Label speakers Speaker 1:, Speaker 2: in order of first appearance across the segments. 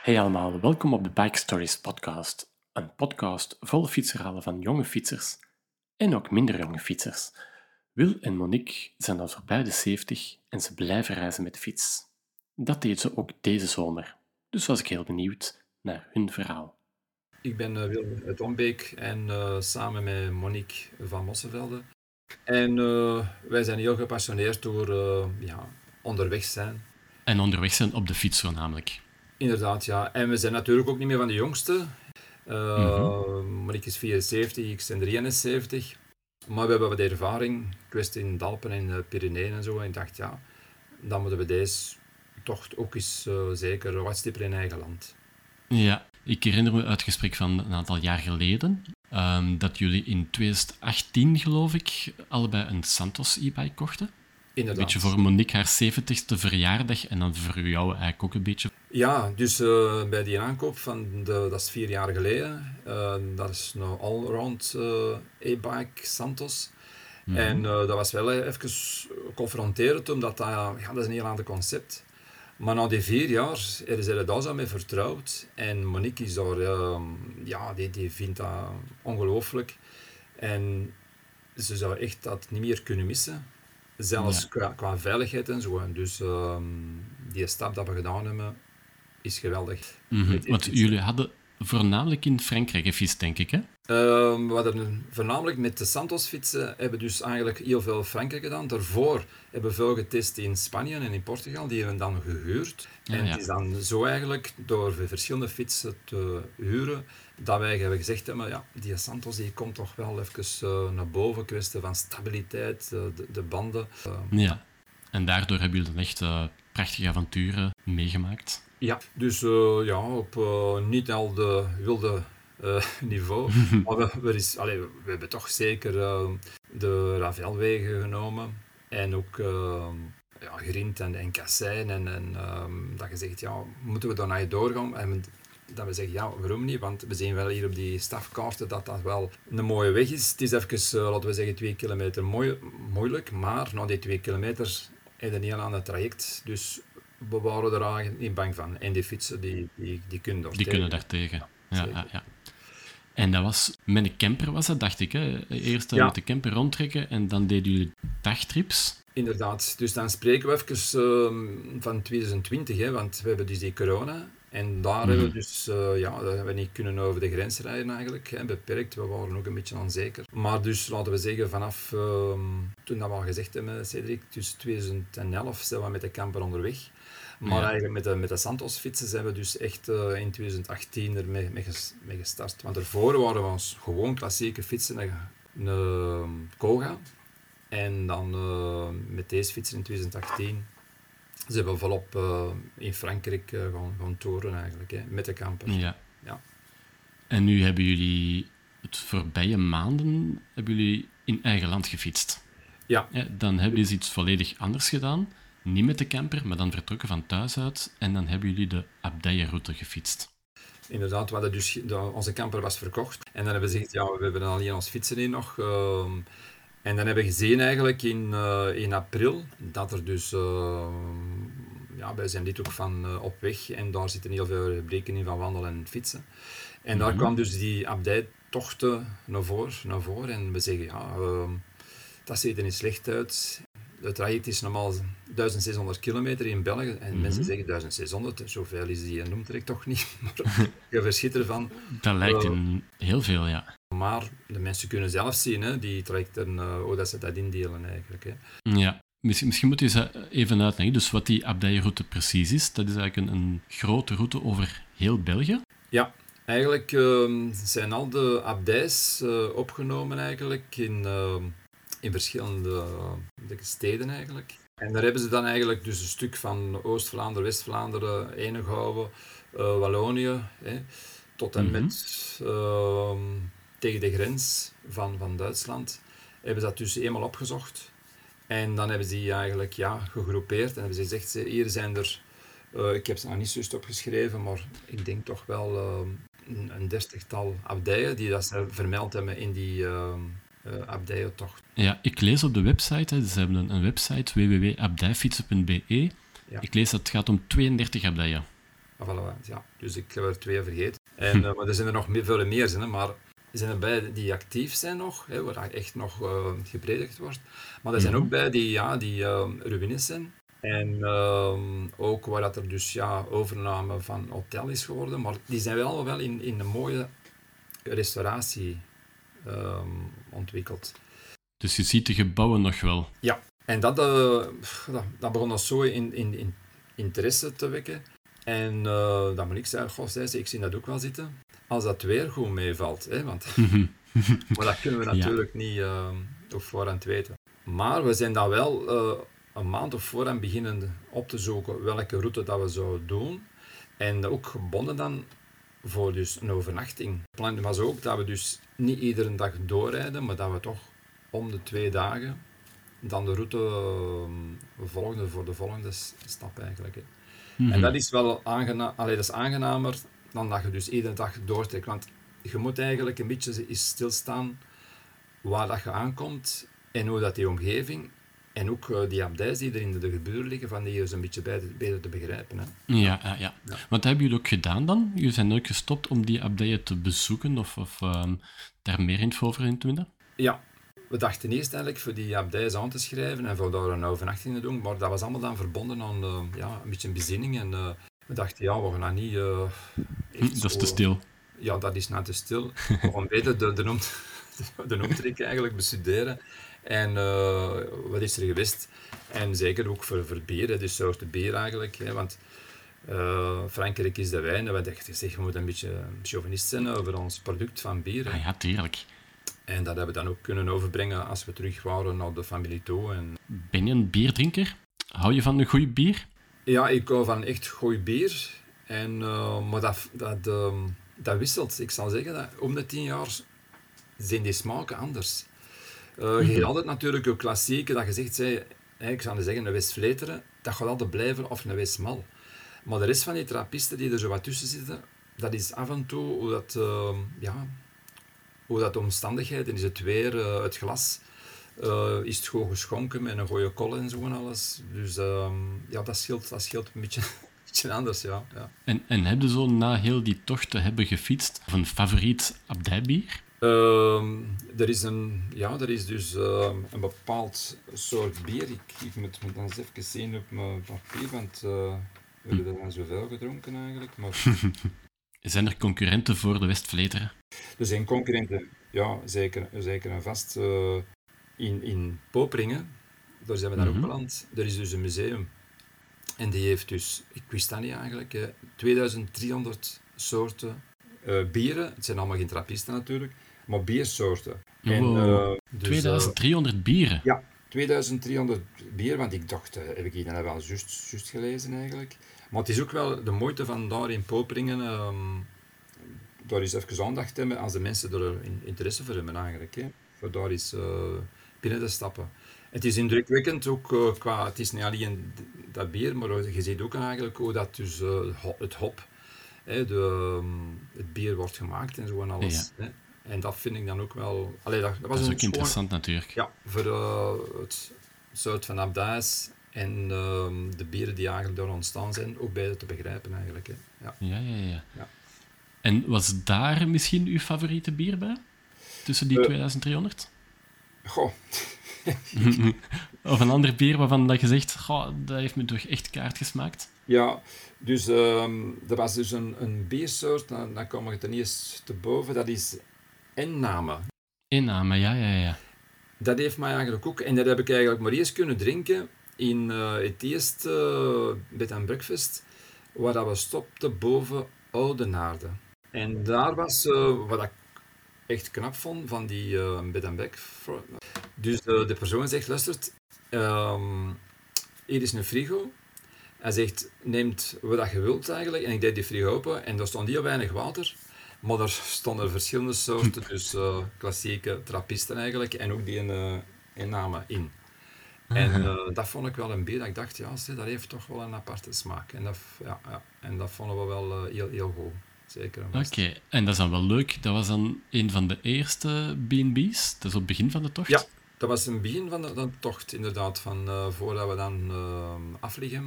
Speaker 1: Hey allemaal, welkom op de Bike Stories podcast. Een podcast vol fietsverhalen van jonge fietsers en ook minder jonge fietsers. Wil en Monique zijn al voorbij de 70 en ze blijven reizen met de fiets. Dat deed ze ook deze zomer, dus was ik heel benieuwd naar hun verhaal.
Speaker 2: Ik ben Willem uit Ombeek en samen met Monique van Mosselvelde. En wij zijn heel gepassioneerd door onderweg zijn.
Speaker 1: En onderweg zijn op de fiets voornamelijk.
Speaker 2: Inderdaad, ja. En we zijn natuurlijk ook niet meer van de jongste. Monique is 74, ik ben 73. Maar we hebben wat ervaring. Ik was in de Alpen en de Pyreneeën en zo. En ik dacht, ja, dan moeten we deze toch ook eens zeker wat stipper in eigen land.
Speaker 1: Ja, ik herinner me uit het gesprek van een aantal jaar geleden dat jullie in 2018, geloof ik, allebei een Santos e-bike kochten.
Speaker 2: Inderdaad.
Speaker 1: Een beetje voor Monique haar 70ste verjaardag en dan voor jou eigenlijk ook een beetje.
Speaker 2: Ja, dus bij die aankoop dat is 4 jaar geleden, dat is een allround e-bike Santos. En dat was wel even confronterend, omdat dat is een heel ander concept. Maar na die 4 jaar is ze daar zo mee vertrouwd. En Monique is daar, die vindt dat ongelooflijk. En ze zou echt dat niet meer kunnen missen. Zelfs qua veiligheid en zo. En dus die stap dat we gedaan hebben, is geweldig.
Speaker 1: Want jullie hadden voornamelijk in Frankrijk gefietst, denk ik, hè?
Speaker 2: We hadden voornamelijk met de Santos fietsen hebben dus eigenlijk heel veel Frankrijk gedaan. Daarvoor hebben we veel getest in Spanje en in Portugal. Die hebben we dan gehuurd. En het is dan zo eigenlijk, door verschillende fietsen te huren, dat wij hebben gezegd hebben, ja, die Santos die komt toch wel even naar boven. Kwestie van stabiliteit, de banden.
Speaker 1: Ja, en daardoor hebben jullie dan echt prachtige avonturen meegemaakt.
Speaker 2: Ja, dus op niet al de wilde niveau. Maar we hebben toch zeker de Ravelwegen genomen. En ook Grint en Kassein. En dat je zegt, ja, moeten we daarna doorgaan? En dat we zeggen, ja, waarom niet? Want we zien wel hier op die stafkaarten dat dat wel een mooie weg is. Het is even, laten we zeggen, 2 kilometer moeilijk. Maar na die 2 kilometer is er een heel ander traject. Dus we waren er eigenlijk niet bang van. En die fietsen, die kunnen daar
Speaker 1: Die kunnen daar tegen. Ja. En dat was met een camper, was dat, dacht ik. Hè? Eerst met de camper rondtrekken en dan deden jullie dagtrips.
Speaker 2: Inderdaad. Dus dan spreken we even van 2020, hè, want we hebben dus die corona. En daar hebben we dus, daar hebben we niet kunnen over de grens rijden eigenlijk. Hè, beperkt, we waren ook een beetje onzeker. Maar dus, laten we zeggen, vanaf toen dat we al gezegd hebben, Cedric, dus 2011 zijn we met de camper onderweg. Maar eigenlijk met de Santos fietsen zijn we dus echt in 2018 ermee gestart. Want daarvoor waren we ons gewoon klassieke fietsen, een Koga. En dan met deze fietsen in 2018 zijn we volop in Frankrijk gaan toeren eigenlijk, hè, met de camper.
Speaker 1: Ja. En nu hebben jullie het voorbije maanden in eigen land gefietst.
Speaker 2: Ja.
Speaker 1: Dan hebben jullie iets volledig anders gedaan. Niet met de camper, maar dan vertrokken van thuis uit. En dan hebben jullie de Abdijenroute gefietst.
Speaker 2: Inderdaad, we hadden dus, onze camper was verkocht. En dan hebben we gezegd, ja, we hebben alleen ons fietsen in nog. En dan hebben we gezien eigenlijk in april dat er dus... wij zijn dit ook van op weg. En daar zitten heel veel rubrieken in van wandelen en fietsen. En daar kwam dus die abdijtochten naar voren. En we zeggen, ja, dat ziet er niet slecht uit. Het traject is normaal 1600 kilometer in België. En mensen zeggen 1600, zoveel is die omtrek toch niet. Maar je verschiet ervan.
Speaker 1: Dat lijkt heel veel, ja.
Speaker 2: Maar de mensen kunnen zelf zien, hè, die trajecten, hoe dat ze dat indelen eigenlijk. Hè.
Speaker 1: Ja. Misschien moet je ze even uitleggen. Dus wat die Abdijenroute precies is, dat is eigenlijk een grote route over heel België.
Speaker 2: Ja, eigenlijk zijn al de abdijs opgenomen eigenlijk in verschillende steden eigenlijk. En daar hebben ze dan eigenlijk dus een stuk van Oost-Vlaanderen, West-Vlaanderen, Henegouwen, Wallonië, tot en met tegen de grens van Duitsland. Hebben ze dat dus eenmaal opgezocht. En dan hebben ze die eigenlijk gegroepeerd en hebben ze gezegd, hier zijn er, ik heb ze nog niet zo opgeschreven, maar ik denk toch wel een 30-tal abdijen die dat ze vermeld hebben in die abdijentocht.
Speaker 1: Ja, ik lees op de website, ze hebben een website www.abdijfietsen.be. Ja. Ik lees dat het gaat om 32 abdijen.
Speaker 2: Voilà, ja. Dus ik heb er 2 vergeten. En, maar er zijn er nog veel meer, hè, maar er zijn er bij die actief zijn nog, hè, waar echt nog gepredikt wordt. Maar er zijn ook bij die ruïnes zijn. En ook waar dat er dus overname van hotel is geworden. Maar die zijn wel in een mooie restauratie ontwikkeld.
Speaker 1: Dus je ziet de gebouwen nog wel.
Speaker 2: Ja, en dat begon dat zo in interesse te wekken. En dat moet ik zeggen, zei ze, ik zie dat ook wel zitten. Als dat weer goed meevalt. Hè, want maar dat kunnen we natuurlijk niet op voorhand weten. Maar we zijn dan wel een maand op voorhand beginnen op te zoeken welke route dat we zouden doen. En ook gebonden dan voor dus een overnachting. Het plan was ook dat we dus niet iedere dag doorrijden, maar dat we toch om de 2 dagen dan de route volgden voor de volgende stap eigenlijk. Hè. En dat is wel dat is aangenamer dan dat je dus iedere dag doortrekt. Want je moet eigenlijk een beetje eens stilstaan waar dat je aankomt en hoe dat die omgeving en ook die abdijs die er in de gebuur liggen, van die is een beetje beter te begrijpen. Hè.
Speaker 1: Ja. Wat hebben jullie ook gedaan dan? Jullie zijn ook gestopt om die abdijen te bezoeken of daar meer info over in te vinden?
Speaker 2: Ja, we dachten eerst eigenlijk voor die abdijs aan te schrijven en voor daar een overnachting te doen, maar dat was allemaal dan verbonden aan een beetje een bezinning. En we dachten, we gaan dat niet echt
Speaker 1: dat is te stil.
Speaker 2: Ja, dat is nou te stil. We gaan beter de omtrek eigenlijk bestuderen. En wat is er geweest? En zeker ook voor bier, hè, die soorten bier eigenlijk. Hè, want Frankrijk is de wijn. En we dachten, we moeten een beetje chauvinist zijn over ons product van bier. Hè.
Speaker 1: Ah ja, tuurlijk.
Speaker 2: En dat hebben we dan ook kunnen overbrengen als we terug waren naar de familie toe. En...
Speaker 1: Ben je een bierdrinker? Hou je van een goed bier?
Speaker 2: Ja, ik hou van echt goed bier. En, maar dat wisselt. Ik zal zeggen dat om de 10 jaar zijn die smaken anders. Je hebt altijd natuurlijk een klassieke dat je zegt, ik zou zeggen een West-Vleteren, dat gaat altijd blijven, of een West-Mal. Maar de rest van die trappisten die er zo wat tussen zitten, dat is af en toe hoe dat de omstandigheden, is het weer, het glas, is het gewoon geschonken met een goede kol en zo en alles. Dus dat scheelt een beetje anders, ja.
Speaker 1: En heb je zo na heel die tocht te hebben gefietst of een favoriet abdijbier?
Speaker 2: Er is dus een bepaald soort bier. Ik moet dan eens even zien op mijn papier, want we hebben er dan zoveel gedronken eigenlijk. Maar...
Speaker 1: Zijn er concurrenten voor de West-Vleteren?
Speaker 2: Er zijn concurrenten, ja, zeker en vast. In Poperingen, daar zijn we daar ook beland. Er is dus een museum. En die heeft dus, ik wist dat niet eigenlijk, 2300 soorten bieren. Het zijn allemaal geen trappisten natuurlijk, maar biersoorten.
Speaker 1: Wow. En, 2300 bieren?
Speaker 2: Ja, 2300 bieren, want ik dacht, heb ik hier dan wel juist gelezen eigenlijk. Maar het is ook wel de moeite van daar in Poperingen, daar eens even aandacht hebben als de mensen er interesse voor hebben eigenlijk. Hè. Voor daar eens binnen te stappen. Het is indrukwekkend ook qua, het is niet alleen dat bier, maar je ziet ook eigenlijk hoe dat dus het hop, het bier wordt gemaakt en zo en alles.
Speaker 1: Ja.
Speaker 2: Hè. En dat vind ik dan ook wel... dat
Speaker 1: is ook interessant natuurlijk.
Speaker 2: Ja, voor het soort van abdijs en de bieren die eigenlijk door ontstaan zijn, ook beter te begrijpen eigenlijk. Hè.
Speaker 1: Ja. En was daar misschien uw favoriete bier bij? Tussen die 2300?
Speaker 2: Goh...
Speaker 1: Of een ander bier waarvan dat je zegt, dat heeft me toch echt kaart gesmaakt?
Speaker 2: Ja, dus er was dus een biersoort, dan kom ik ten eerste te boven, dat is Enname.
Speaker 1: Enname, ja.
Speaker 2: Dat heeft mij eigenlijk ook, en dat heb ik eigenlijk maar eerst kunnen drinken in het eerste bed and breakfast, waar dat we stopten boven Oudenaarde. En daar was, wat ik echt knap vond, van die bed and breakfast. Dus de persoon zegt, luistert, hier is een frigo. Hij zegt, neemt wat je wilt eigenlijk. En ik deed die frigo open en daar stond heel weinig water. Maar er stonden verschillende soorten, dus klassieke trappisten eigenlijk. En ook die Enname in. En dat vond ik wel een bier dat ik dacht, dat heeft toch wel een aparte smaak. En dat vonden we wel heel goed. Zeker.
Speaker 1: Oké, en dat is dan wel leuk. Dat was dan een van de eerste B&B's? Dat is op het begin van de tocht?
Speaker 2: Ja, dat was een begin van de tocht, inderdaad. Voordat we dan Afligem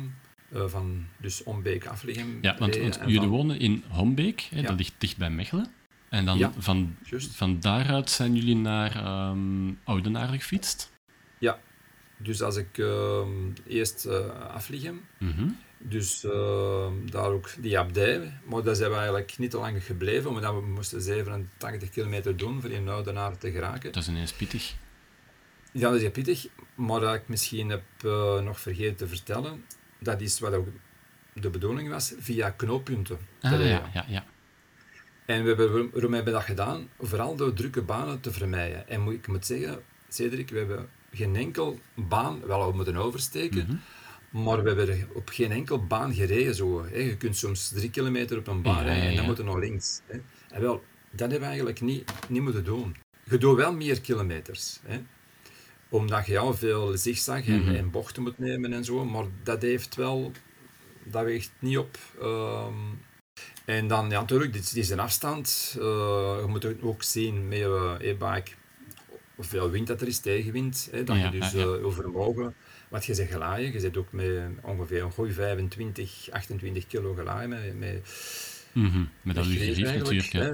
Speaker 2: van dus Ombeek Aflichem.
Speaker 1: Ja, want jullie wonen in Hombeek, hè,
Speaker 2: Ja.
Speaker 1: dat ligt dicht bij Mechelen. En dan
Speaker 2: Ja, juist.
Speaker 1: van daaruit zijn jullie naar Oudenaarde gefietst?
Speaker 2: Ja, dus als ik eerst Aflichem,
Speaker 1: Mhm.
Speaker 2: dus daar ook die abdij, maar daar zijn we eigenlijk niet te lang gebleven, omdat we moesten 87 kilometer doen voor in Oudenaarde te geraken.
Speaker 1: Dat is ineens pittig.
Speaker 2: Ja, dat is heel pittig, maar dat ik misschien heb nog vergeten te vertellen, dat is wat ook de bedoeling was, via knooppunten te rijden.
Speaker 1: Ja.
Speaker 2: En waarom hebben we dat gedaan? Vooral door drukke banen te vermijden. En ik moet zeggen, Cedric, we hebben geen enkel baan, wel we moeten oversteken, maar we hebben op geen enkel baan gereden zo. Hè. Je kunt soms 3 kilometer op een baan rijden en dan moet je nog links. Hè. En wel, dat hebben we eigenlijk niet moeten doen. Je doet wel meer kilometers. Hè. Omdat je veel zigzag en bochten moet nemen en zo, maar dat weegt niet op. En dan, ja, natuurlijk, dit is een afstand. Je moet ook zien met je e-bike hoeveel wind dat er is, tegenwind. Hè, dat je dus over mogen. Want je zit gelaaien, je zit ook met ongeveer een goeie 25, 28 kilo gelaaien.
Speaker 1: Met dat gerief natuurlijk.
Speaker 2: Hè.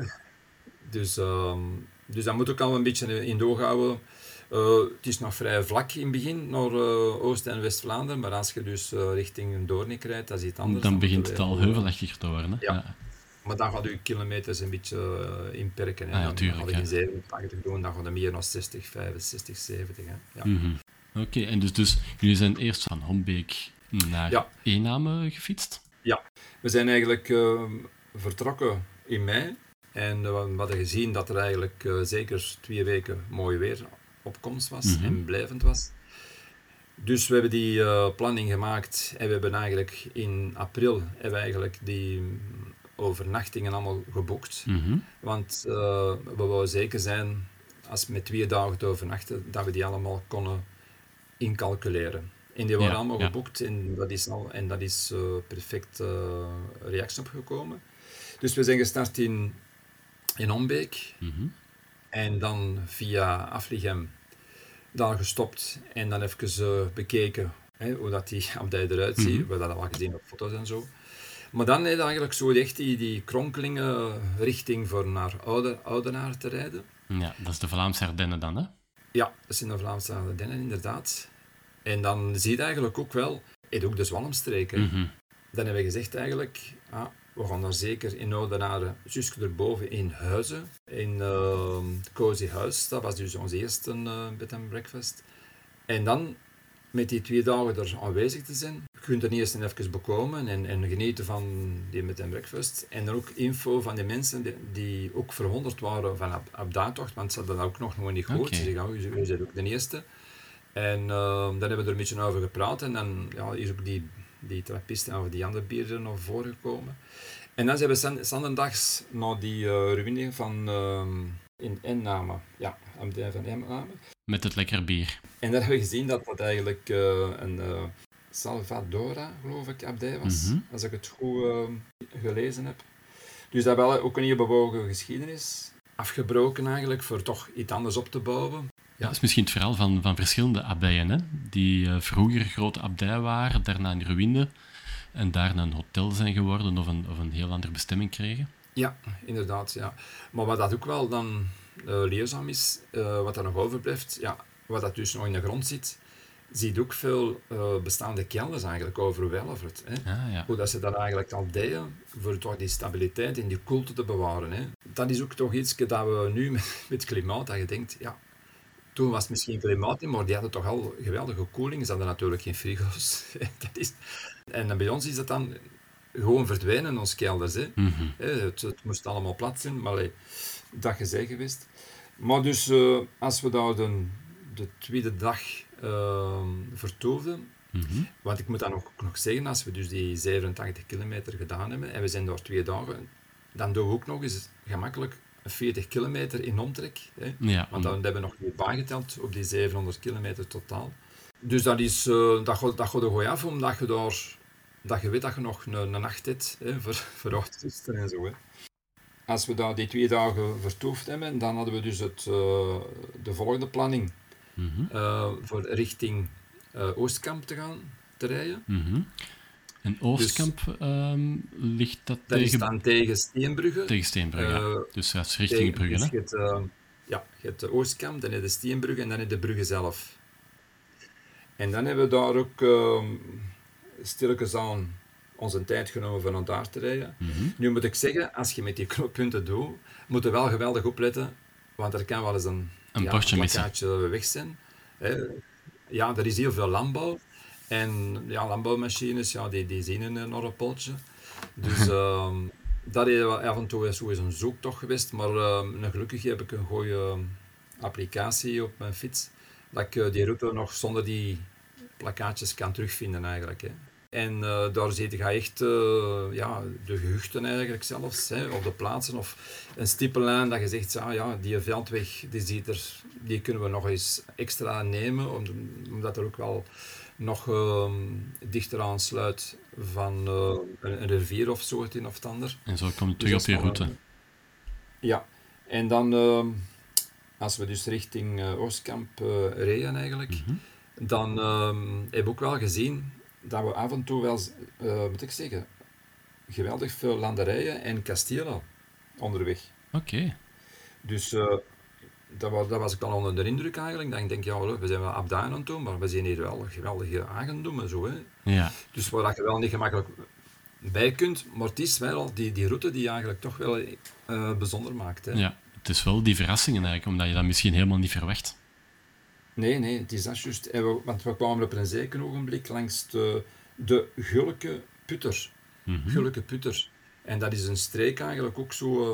Speaker 2: Dus dat moet ook al een beetje in doog houden. Het is nog vrij vlak in het begin naar Oost- en West-Vlaanderen, maar als je dus richting Doornik rijdt, dat is iets anders.
Speaker 1: Dan begint het al heuvelachtig te worden. Hè?
Speaker 2: Ja. Maar dan gaat je kilometers een beetje inperken. Hè.
Speaker 1: Ja, tuurlijk.
Speaker 2: Dan ga je geen 87 doen, dan gaat je meer naar 60, 65, 70. Hè. Ja.
Speaker 1: Oké, en dus jullie zijn eerst van Hombeek naar Ename gefietst?
Speaker 2: Ja, we zijn eigenlijk vertrokken in mei. En we hadden gezien dat er eigenlijk zeker 2 weken mooi weer op komst was en blijvend was. Dus we hebben die planning gemaakt en we hebben eigenlijk in april die overnachtingen allemaal geboekt. Want we wouden zeker zijn, als we met 2 dagen te overnachten, dat we die allemaal konden incalculeren. En die waren allemaal geboekt en dat is perfect reactie opgekomen. Dus we zijn gestart in Ombeek en dan via Aflichem daar gestopt en dan even bekeken hoe dat die abdij eruit ziet. We hebben dat al gezien op foto's en zo. Maar dan eigenlijk zo echt die kronkelingen richting voor naar Oudenaarde te rijden.
Speaker 1: Ja, dat is de Vlaamse Ardennen dan, hè?
Speaker 2: Ja, dat zijn de Vlaamse Ardennen, inderdaad. En dan zie je eigenlijk ook wel, ook de Zwalmstreken. Dan hebben we gezegd eigenlijk, we gaan daar zeker in Oudenaarde, juist erboven in Huizen, in Cozy Huis. Dat was dus ons eerste bed and breakfast. En dan, met die 2 dagen er aanwezig te zijn, je kunt er eerst even bekomen en genieten van die bed and breakfast. En dan ook info van die mensen die ook verwonderd waren van op daadtocht, want ze hadden dat ook nog niet gehoord. Ze zeggen, u bent ook de eerste. En dan hebben we er een beetje over gepraat en dan is ook die trappisten of die andere bieren naar voren gekomen. En dan zijn we zondags naar die ruïne van in Ename, abdij van Ename.
Speaker 1: Met het lekker bier.
Speaker 2: En daar hebben we gezien dat dat eigenlijk een Salvadora, geloof ik, abdij was, als ik het goed gelezen heb. Dus dat wel ook een heel bewogen geschiedenis. Afgebroken eigenlijk, voor toch iets anders op te bouwen.
Speaker 1: Ja, dat is misschien het verhaal van verschillende abdijen, hè? Die vroeger grote abdij waren, daarna een ruïne en daarna een hotel zijn geworden of een heel andere bestemming kregen.
Speaker 2: Ja, inderdaad. Ja. Maar wat dat ook wel dan leerzaam is, wat er nog overblijft, wat dat dus nog in de grond zit, ziet ook veel bestaande kelders eigenlijk overwelverd. Hoe dat ze dat eigenlijk al deden, voor toch die stabiliteit en die koelte te bewaren. Hè. Dat is ook toch iets dat we nu met het klimaat, dat je denkt, toen was het misschien klimaat niet, maar die hadden toch al geweldige koeling. Ze hadden natuurlijk geen frigo's. En bij ons is dat dan gewoon verdwijnen in ons kelders. Hè. Het moest allemaal plat zijn, maar dat gezegd geweest. Maar dus, als we daar de tweede dag vertoefden, want ik moet dan ook nog zeggen, als we dus die 87 kilometer gedaan hebben, en we zijn daar 2 dagen, dan doen we ook nog eens gemakkelijk 40 kilometer in omtrek. Hè?
Speaker 1: Ja,
Speaker 2: want dan hebben we nog niet bijgeteld op die 700 kilometer totaal. Dus dat gaat er goed af, omdat je weet dat je nog een nacht hebt, hè, voor uitrusten en zo. Hè. Als we daar die 2 dagen vertoefd hebben, dan hadden we dus de volgende planning voor richting Oostkamp te rijden.
Speaker 1: En
Speaker 2: Dus
Speaker 1: Oostkamp ligt dat
Speaker 2: dat is
Speaker 1: tegen,
Speaker 2: dan tegen Steenbrugge.
Speaker 1: tegen Steenbrugge.
Speaker 2: Eh,
Speaker 1: Dus dat is richting Brugge,
Speaker 2: dus
Speaker 1: hè?
Speaker 2: je hebt de Oostkamp, dan heb je de Steenbrugge en dan heb je de Brugge zelf. En dan hebben we daar ook stilletjes aan onze tijd genomen van daar te rijden. Nu moet ik zeggen, als je met die knooppunten doet, moet je wel geweldig opletten, want er kan wel eens een
Speaker 1: bordje missen.
Speaker 2: plakkaatje weg zijn. Ja, er is heel veel landbouw. En ja, landbouwmachines, ja, die zien een enorm poltje. Dus dat is wel af en toe is een zoektocht geweest. Maar gelukkig heb ik een goede applicatie op mijn fiets. Dat ik die route nog zonder die plakkaatjes kan terugvinden eigenlijk. Hè. En daar zit je echt de gehuchten eigenlijk zelfs, hè, of de plaatsen, of een stippellijn dat je zegt, die veldweg, die kunnen we nog eens extra nemen, omdat er ook wel nog dichter aansluit van een rivier of zo, het een of het ander.
Speaker 1: En zo komt het terug op je route.
Speaker 2: Ja, en dan als we dus richting Oostkamp reden eigenlijk, dan heb ik ook wel gezien dat we af en toe wel, moet ik zeggen, geweldig veel landerijen en kastelen onderweg.
Speaker 1: Oké.
Speaker 2: Dus dat was ik wel onder de indruk eigenlijk. Dan denk ik, we zijn wel abdij aan het doen, maar we zijn hier wel geweldige aangendoemen zo, hè.
Speaker 1: Ja.
Speaker 2: Dus waar je wel niet gemakkelijk bij kunt, maar het is wel die route die eigenlijk toch wel bijzonder maakt. Hè.
Speaker 1: Ja, het is wel die verrassingen eigenlijk, omdat je dat misschien helemaal niet verwacht.
Speaker 2: Nee, het is dat juist. Want we kwamen op een zeker ogenblik langs de Gulke Putter. Gulke Putter. En dat is een streek eigenlijk ook zo,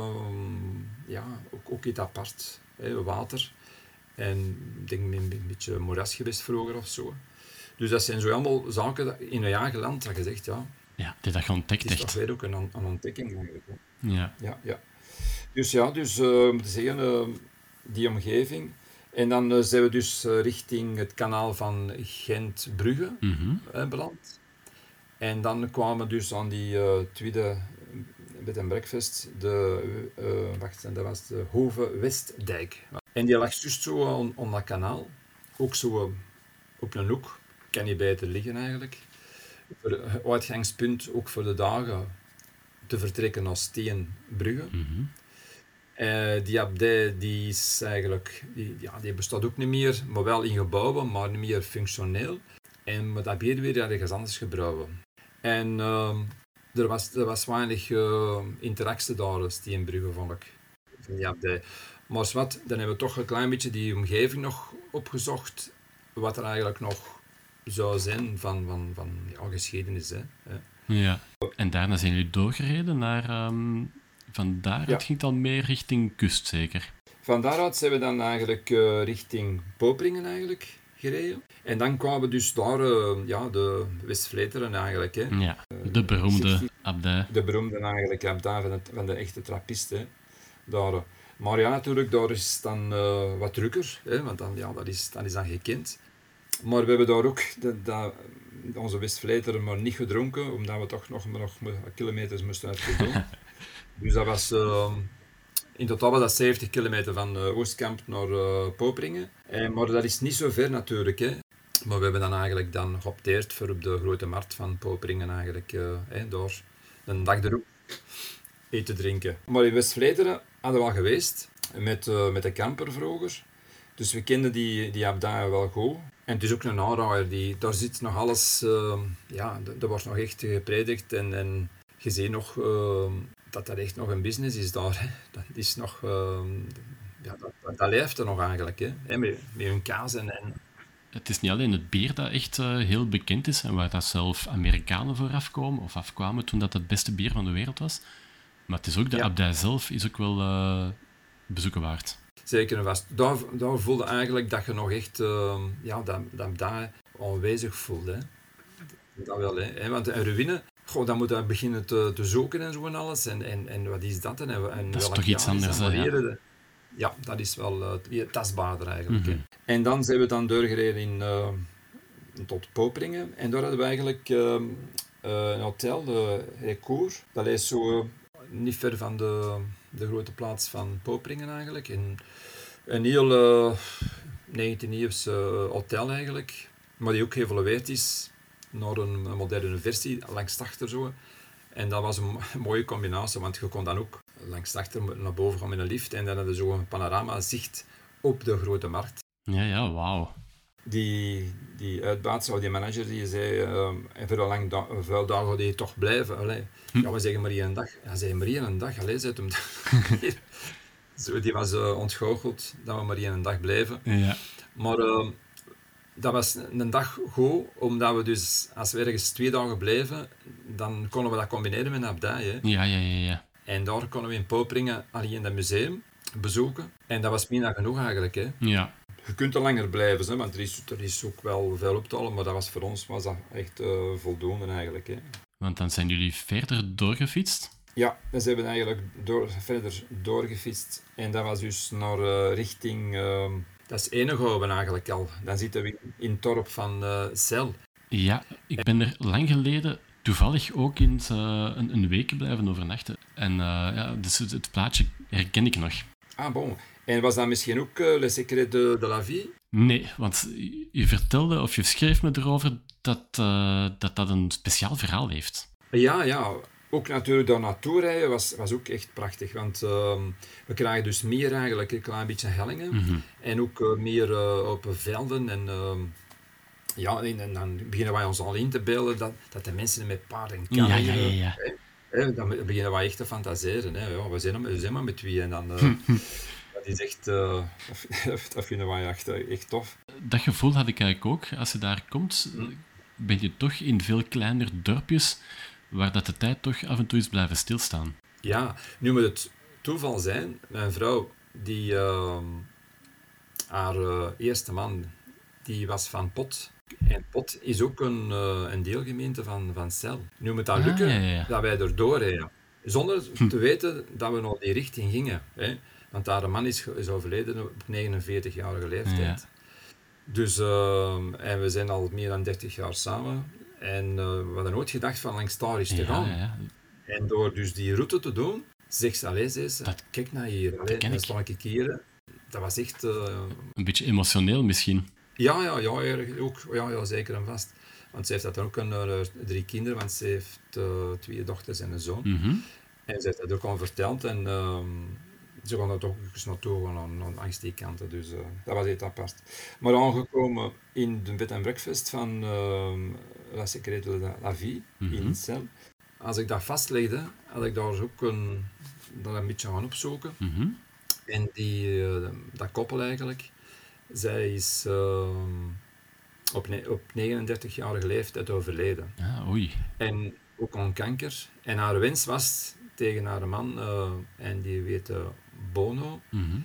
Speaker 2: ook iets apart. Hè, water. En ik denk een beetje moeras geweest vroeger of zo. Dus dat zijn zo allemaal zaken in een eigen land dat je zegt,
Speaker 1: Ja, dat je ontdekt
Speaker 2: het is
Speaker 1: echt.
Speaker 2: toch weer ook een ontdekking eigenlijk. Hè.
Speaker 1: Ja.
Speaker 2: Ja. Dus moet ik zeggen, die omgeving. En dan zijn we dus richting het kanaal van Gent-Brugge beland. En dan kwamen we dus aan die tweede bed and breakfast, dat was de Hove Westdijk. En die lag juist zo aan dat kanaal, ook zo op een hoek, kan niet beter liggen eigenlijk. Voor het uitgangspunt ook voor de dagen te vertrekken naar Steenbrugge. Die abdij die is eigenlijk, die bestaat ook niet meer, maar wel in gebouwen, maar niet meer functioneel. En met dat bier weer ergens anders gebrouwen. En er was weinig interactie daar, Steenbrugge, vond ik, van die abdij. Maar wat, dan hebben we toch een klein beetje die omgeving nog opgezocht, wat er eigenlijk nog zou zijn van geschiedenis. Hè.
Speaker 1: Ja. En daarna zijn jullie doorgereden naar... Van daaruit ging het al meer richting kust, zeker?
Speaker 2: Van daaruit zijn we dan eigenlijk richting Poperingen eigenlijk gereden. En dan kwamen we dus daar, de West-Vleteren eigenlijk. Hè.
Speaker 1: Ja, de beroemde abdij.
Speaker 2: De beroemde eigenlijk abdij van de echte trappisten. Daar. Maar ja, natuurlijk, daar is het dan wat drukker, hè, want dan, dat is dan gekend. Maar we hebben daar ook onze West-Vleteren maar niet gedronken, omdat we toch nog kilometers moesten uitdoen. Dus dat was, in totaal was dat 70 kilometer van Oostkamp naar Poperingen. Maar dat is niet zo ver natuurlijk. Hè. Maar we hebben dan eigenlijk geopteerd voor op de grote markt van Poperingen eigenlijk, door een dag erop eten drinken. Maar in West-Vleteren hadden we al geweest, met de camper vroeger. Dus we kenden die abdij wel goed. En het is ook een aanrader, daar zit nog alles, er wordt nog echt gepredikt en je ziet nog dat echt nog een business is daar. Hè. Dat is nog, dat leeft er nog eigenlijk, hè. Met hun kaas en...
Speaker 1: Het is niet alleen het bier dat echt heel bekend is en waar dat zelf Amerikanen voor afkwamen toen dat het beste bier van de wereld was. Maar het is ook de abdij zelf is ook wel bezoeken waard.
Speaker 2: Zeker en vast. Daar voelde eigenlijk dat je nog echt dat daar aanwezig voelde. Hè. Dat wel, hè. Want een ruïne, dan moet je beginnen te zoeken en zo en alles. En wat is dat? En
Speaker 1: dat is toch iets anders, hè? Ja.
Speaker 2: Ja, dat is wel tastbaarder eigenlijk. En dan zijn we dan doorgereden tot Poperingen. En daar hadden we eigenlijk een hotel, de Recour. Dat is zo niet ver van de grote plaats van Poperingen eigenlijk. Een heel 19e-eeuwse hotel eigenlijk, maar die ook geëvolueerd is naar een moderne versie, langs achter zo. En dat was een mooie combinatie, want je kon dan ook langs achter naar boven gaan met een lift en dan had je zo een panorama-zicht op de grote markt.
Speaker 1: Ja, wauw.
Speaker 2: Die uitbater, die manager, die zei, en voor een vuil dag gaat hij toch blijven. Allee. Ja, we zeggen maar 1 dag. Hij zei maar 1 dag, allee, zet hem zo, die was ontgoocheld dat we maar 1 dag bleven.
Speaker 1: Ja.
Speaker 2: Maar dat was een dag goed, omdat we dus, als we ergens 2 dagen bleven, dan konden we dat combineren met een abdij. Hè.
Speaker 1: Ja.
Speaker 2: En daar konden we in Poperingen alleen dat museum bezoeken. En dat was meer dan genoeg eigenlijk. Hè.
Speaker 1: Ja.
Speaker 2: Je kunt er langer blijven, hè, want er is ook wel veel op te halen, maar dat was voor ons dat echt voldoende eigenlijk. Hè.
Speaker 1: Want dan zijn jullie verder doorgefietst?
Speaker 2: Ja, dan zijn we eigenlijk verder doorgefietst. En dat was dus naar richting... dat is Henegouwen eigenlijk al. Dan zitten we in het dorp van Cel.
Speaker 1: Ja, ik ben er lang geleden toevallig ook eens een week blijven overnachten. En dus het plaatje herken ik nog.
Speaker 2: Ah, bon. En was dat misschien ook Le Secret de la Vie?
Speaker 1: Nee, want je vertelde of je schreef me erover dat een speciaal verhaal heeft.
Speaker 2: Ja. Ook natuurlijk daar naartoe rijden was ook echt prachtig. Want we krijgen dus meer eigenlijk een klein beetje hellingen.
Speaker 1: Mm-hmm.
Speaker 2: En ook meer open velden. En dan beginnen wij ons al in te beelden dat de mensen met paarden en karren...
Speaker 1: Ja.
Speaker 2: Dan beginnen wij echt te fantaseren. Hè. Ja, we zijn maar met wie. En dan... Dat is echt... dat vinden wij echt tof.
Speaker 1: Dat gevoel had ik eigenlijk ook. Als je daar komt, ben je toch in veel kleiner dorpjes waar dat de tijd toch af en toe is blijven stilstaan.
Speaker 2: Ja, nu moet het toeval zijn. Mijn vrouw, die... haar eerste man, die was van Pot. En Pot is ook een deelgemeente van Cel. Nu moet dat lukken dat wij erdoor rijden. Zonder te weten dat we naar die richting gingen. Hè. Want haar man is overleden op 49-jarige leeftijd. Ja. Dus, en we zijn al meer dan 30 jaar samen. En we hadden nooit gedacht van langs daar eens te gaan. Ja. En door dus die route te doen, zegt ze, allee, kijk naar hier. Allee, dan sta ik hier. Dat was echt...
Speaker 1: Een beetje emotioneel misschien.
Speaker 2: Ja, ook, ja, zeker en vast. Want ze heeft dat dan ook 3 kinderen, want ze heeft 2 dochters en een zoon.
Speaker 1: Mm-hmm.
Speaker 2: En ze heeft dat ook al verteld. En ze gaan er toch eens naartoe gaan langs die kanten. Dus dat was echt apart. Maar aangekomen in de bed and breakfast van La Secret de la Vie in Cel. Als ik dat vastlegde, had ik daar ook een beetje gaan opzoeken.
Speaker 1: Mm-hmm.
Speaker 2: En dat koppel eigenlijk, zij is op 39-jarige leeftijd overleden.
Speaker 1: Ah, oei.
Speaker 2: En ook aan kanker. En haar wens was tegen haar man, en die weet Bono,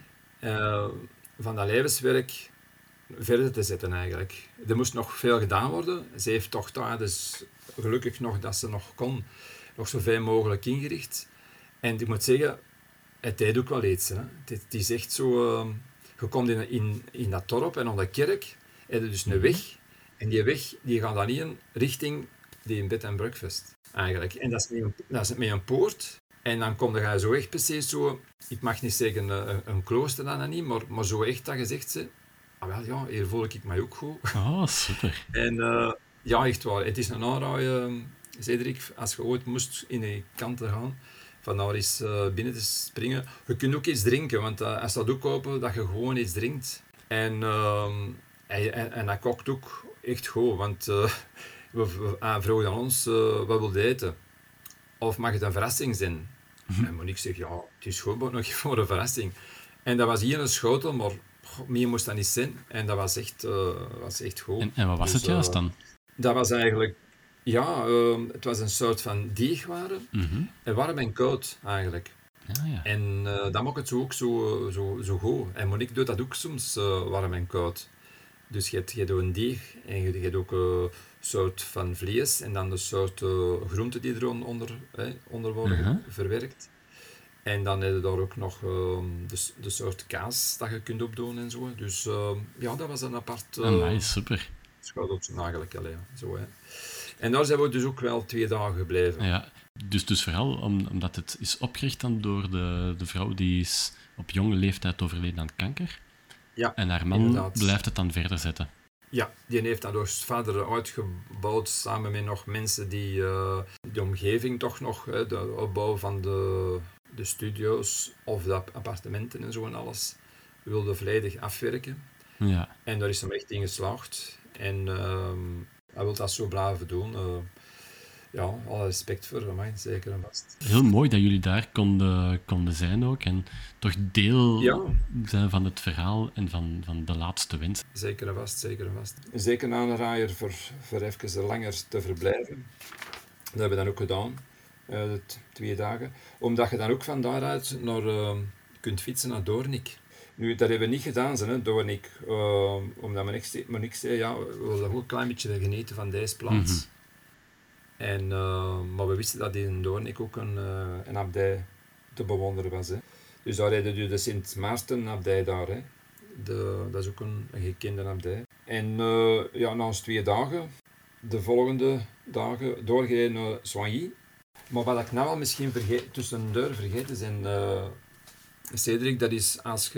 Speaker 2: van dat levenswerk verder te zetten eigenlijk. Er moest nog veel gedaan worden. Ze heeft toch dus gelukkig nog dat ze nog kon, nog zoveel mogelijk ingericht. En ik moet zeggen, het deed ook wel iets. Hè. Het is echt zo... je komt in dat dorp en op de kerk heb je dus een weg. En die weg die gaat dan in richting die bed and breakfast. Eigenlijk. En dat is met een poort. En dan kom je zo echt precies zo... Ik mag niet zeggen een klooster dan niet, maar zo echt dat je zegt... hier voel ik mij ook goed.
Speaker 1: Oh, super.
Speaker 2: En ja, echt waar. Het is een aanrader, Cedric, als je ooit moest in de kanten gaan... Van daar eens binnen te springen. Je kunt ook iets drinken, want als dat ook open, dat je gewoon iets drinkt. En dat kookt ook echt goed, want we vroegen aan ons wat wil je eten. Of mag het een verrassing zijn? En Monique zegt, ja, het is goed, maar nog even voor een verrassing. En dat was hier een schotel, maar meer moest dat niet zijn. En dat was echt goed.
Speaker 1: En wat was het juist dan?
Speaker 2: Dat was eigenlijk... Ja, het was een soort van deegwaren. En warm en koud eigenlijk.
Speaker 1: Ja.
Speaker 2: En dat maakt het ook zo goed. En Monique doet dat ook soms warm en koud. Dus je hebt een deeg en je hebt ook een soort van vlees en dan een soort groenten die er onder worden verwerkt. En dan heb je daar ook nog de soort kaas dat je kunt opdoen en zo. Dus dat was een apart...
Speaker 1: super.
Speaker 2: Schoudertje eigenlijk. Zo, hè. En daar zijn we dus ook wel 2 dagen gebleven.
Speaker 1: Ja, dus vooral omdat het is opgericht dan door de vrouw die is op jonge leeftijd overleden aan kanker.
Speaker 2: Ja,
Speaker 1: en haar man
Speaker 2: inderdaad.
Speaker 1: blijft het dan verder zetten.
Speaker 2: Ja, die heeft dat dus verder uitgebouwd samen met nog mensen die de omgeving toch nog, de opbouw van de studio's of de appartementen en zo en alles, wilde volledig afwerken.
Speaker 1: Ja.
Speaker 2: En daar is hem echt in geslaagd. En hij wil dat zo blijven doen. Ja, alle respect voor mij, zeker en vast.
Speaker 1: Heel mooi dat jullie daar konden zijn ook en toch deel
Speaker 2: Ja,
Speaker 1: zijn van het verhaal en van de laatste wens.
Speaker 2: zeker en vast, zeker en vast. Zeker een aanraaier voor even langer te verblijven. Dat hebben we dan ook gedaan, 2 dagen. Omdat je dan ook van daaruit kunt fietsen naar Doornik. Nu, dat hebben we niet gedaan, hè, Doornik. Omdat Monique zei, ja, we willen ook een klein beetje genieten van deze plaats. En, maar we wisten dat in Doornik ook een abdij te bewonderen was. Hè. Dus daar reden we de Sint-Maarten-abdij daar. Hè. Dat is ook een gekende abdij. En ja, na ons 2 dagen, de volgende dagen, doorgereden naar Soigny. Maar wat ik nou al misschien tussendoor vergeten zijn, Cedric, dat is als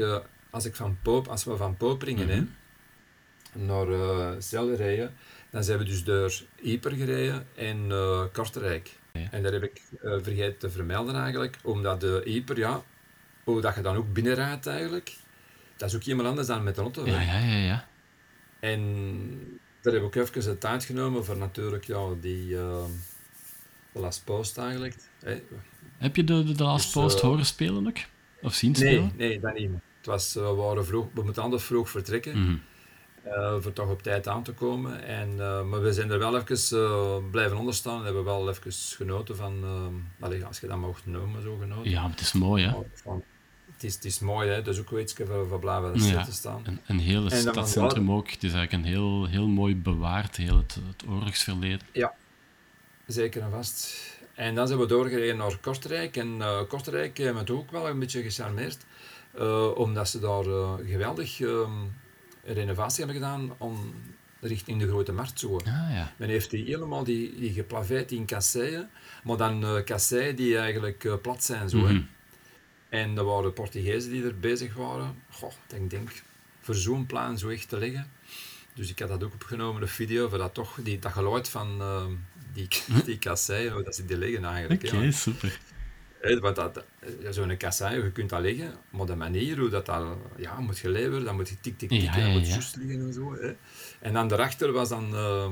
Speaker 2: we van Poperingen naar Celle rijden, dan zijn we dus door Yper gereden en Kortrijk.
Speaker 1: Ja.
Speaker 2: En daar heb ik vergeten te vermelden eigenlijk, omdat de Yper, ja, hoe dat je dan ook binnenrijdt eigenlijk, dat is ook helemaal anders dan met de auto.
Speaker 1: Ja.
Speaker 2: En daar heb ik ook even de tijd genomen voor natuurlijk de Last Post eigenlijk. Hè.
Speaker 1: Heb je de Last Post horen spelen ook? Of zien spelen?
Speaker 2: Nee, dat niet. Het was, we moeten anders vroeg vertrekken. Voor toch op tijd aan te komen. Maar we zijn er wel even blijven onderstaan en hebben wel even genoten van, als je dat mag noemen, zo genoten.
Speaker 1: Ja, het is mooi, hè?
Speaker 2: Het is mooi, hè? Dus ook wel iets voor blijven zitten staan.
Speaker 1: Een hele stadscentrum ook. Het is eigenlijk een heel mooi bewaard, heel het oorlogsverleden.
Speaker 2: Ja, zeker en vast. En dan zijn we doorgereden naar Kortrijk. En Kortrijk heeft me het ook wel een beetje gecharmeerd, omdat ze daar geweldig renovatie hebben gedaan richting de Grote Markt. Zo. Men heeft die helemaal die geplaveid in kasseien, maar dan kasseien die eigenlijk plat zijn. Zo, hè. En er waren Portugezen die er bezig waren. Goh, ik denk voor zo'n plan zo echt te leggen. Dus ik had dat ook opgenomen, de video, voor dat toch dat geluid van die kasseien, hoe dat ze die leggen eigenlijk.
Speaker 1: Oké, super.
Speaker 2: Want zo'n kassei, je kunt dat leggen, maar de manier hoe dat moet geleverd, dan moet je tik, dat moet juist liggen en zo. Hè. En dan daarachter was dan,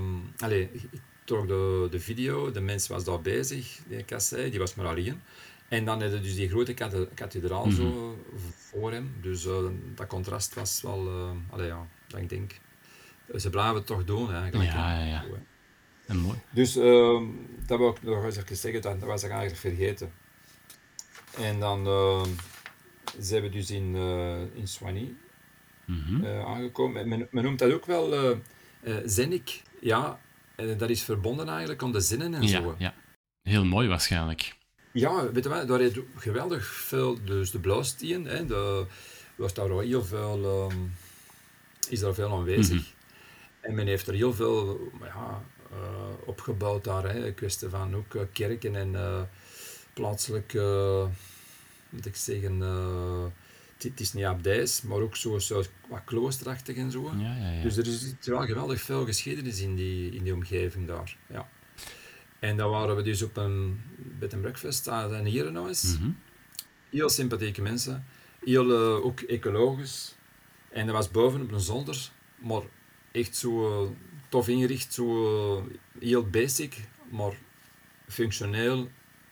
Speaker 2: ik trok de video, de mens was daar bezig, die kassei, die was maar alleen. En dan had je dus die grote kathedraal zo voor hem, dus dat contrast was wel, dat ik denk, ze blijven het toch doen eigenlijk.
Speaker 1: Ja.
Speaker 2: Zo,
Speaker 1: en mooi.
Speaker 2: Dus dat wil ik nog eens even zeggen, dat was ik eigenlijk vergeten. En dan zijn we dus in Soigny aangekomen. Men noemt dat ook wel zennik. Ja, dat is verbonden eigenlijk aan de zinnen en zo.
Speaker 1: Ja, heel mooi waarschijnlijk.
Speaker 2: Ja, weet je wat, daar is geweldig veel, dus de blauwsteen, was daar al heel veel, is daar veel aanwezig. En men heeft er heel veel opgebouwd daar, hè, kwestie van ook kerken en plaatselijk, moet ik zeggen, het is niet abdijs, maar ook zo wat kloosterachtig en zo.
Speaker 1: Ja.
Speaker 2: Dus er is wel geweldig veel geschiedenis in die omgeving daar. Ja. En dan waren we dus op een bed and breakfast aan een herenhuis. Heel sympathieke mensen, heel ook ecologisch. En dat was boven op een zolder, maar echt zo tof ingericht, zo heel basic, maar functioneel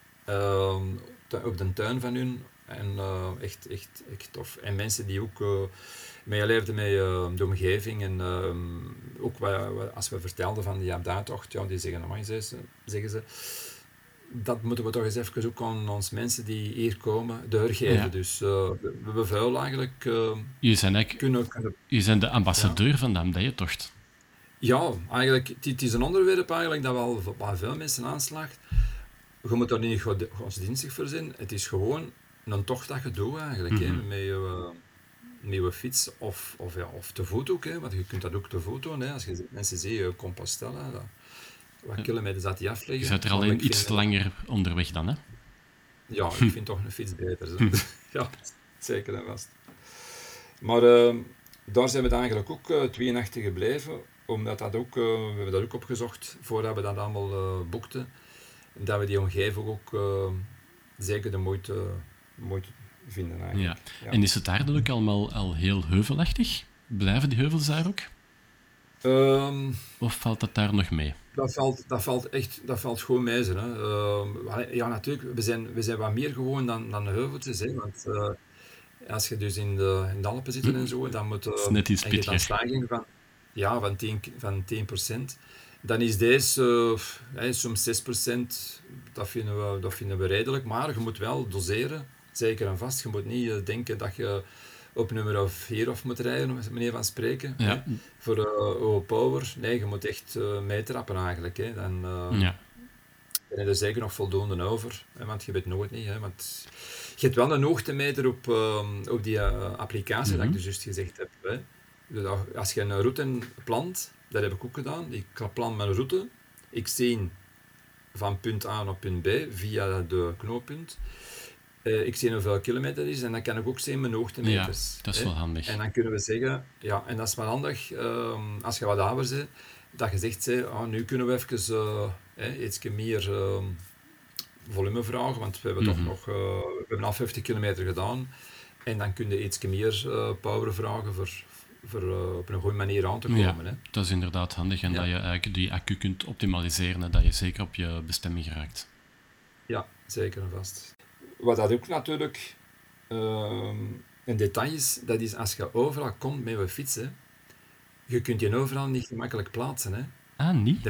Speaker 2: op de tuin van hun. En echt tof. En mensen die ook meeleefden met de omgeving. En ook als we vertelden van die abdijtocht, ja, die zeggen, amai, zeggen ze, dat moeten we toch eens even ook aan ons mensen die hier komen doorgeven. Ja. Dus we hebben veel eigenlijk
Speaker 1: jullie zijn de ambassadeur van de abdijtocht.
Speaker 2: Ja, eigenlijk, het is een onderwerp eigenlijk dat wel bij veel mensen aanslaagt. Je moet daar niet godsdienstig voor zijn. Het is gewoon een tocht dat je doet eigenlijk, hè, met je fiets of te voet ook, hè, want je kunt dat ook te voet doen. Hè, als je mensen ziet, Compostela, wat kilometers dat die afleggen.
Speaker 1: Je bent er alleen iets te langer onderweg dan, hè?
Speaker 2: Ja, ik vind toch een fiets beter. Ja, zeker en vast. Maar daar zijn we eigenlijk ook 2 nachten gebleven. omdat dat ook, we hebben dat ook opgezocht voordat we dat allemaal boekten. Dat we die omgeving ook zeker de moeite vinden eigenlijk.
Speaker 1: Ja.
Speaker 2: Ja.
Speaker 1: En is het daar dan ook allemaal al heel heuvelachtig? Blijven die heuvels daar ook? Of valt dat daar nog mee?
Speaker 2: Dat valt gewoon mee. Hè. Ja, natuurlijk, we zijn wat meer gewoon dan de heuveltjes. Hè, want als je dus in de Alpen zit en zo, dan moet
Speaker 1: is net iets
Speaker 2: en je hebt een
Speaker 1: pittiger.
Speaker 2: stijging van 10%. Dan is deze soms 6%, dat vinden we redelijk. Maar je moet wel doseren, zeker en vast. Je moet niet denken dat je op nummer 4 af moet rijden, om manier van spreken.
Speaker 1: Ja.
Speaker 2: Hè. Voor power, nee, je moet echt meetrappen eigenlijk. Hè. Dan
Speaker 1: Ja.
Speaker 2: heb je er zeker nog voldoende over, hè, want je weet nooit niet. Hè, want je hebt wel een hoogtemeter op die applicatie, dat ik dus juist gezegd heb. Hè. Dus als je een route plant, dat heb ik ook gedaan. Ik plan mijn route. Ik zie van punt A naar punt B via de knooppunt. Ik zie hoeveel kilometer het is en dan kan ik ook zien mijn hoogtemeters.
Speaker 1: Ja, dat is
Speaker 2: hè.
Speaker 1: wel handig.
Speaker 2: En dan kunnen we zeggen, ja, en dat is wel handig als je wat ouder bent, dat je zegt, nu kunnen we even iets meer volume vragen, want we hebben toch nog we hebben al 50 kilometer gedaan. En dan kun je iets meer power vragen voor op een goede manier aan te komen.
Speaker 1: Ja,
Speaker 2: hè.
Speaker 1: dat is inderdaad handig. En
Speaker 2: Ja.
Speaker 1: dat je eigenlijk die accu kunt optimaliseren en dat je zeker op je bestemming geraakt.
Speaker 2: Ja, zeker en vast. Wat dat ook natuurlijk een detail is, dat is als je overal komt met je fietsen, je kunt je overal niet gemakkelijk plaatsen. Hè.
Speaker 1: Ah, niet?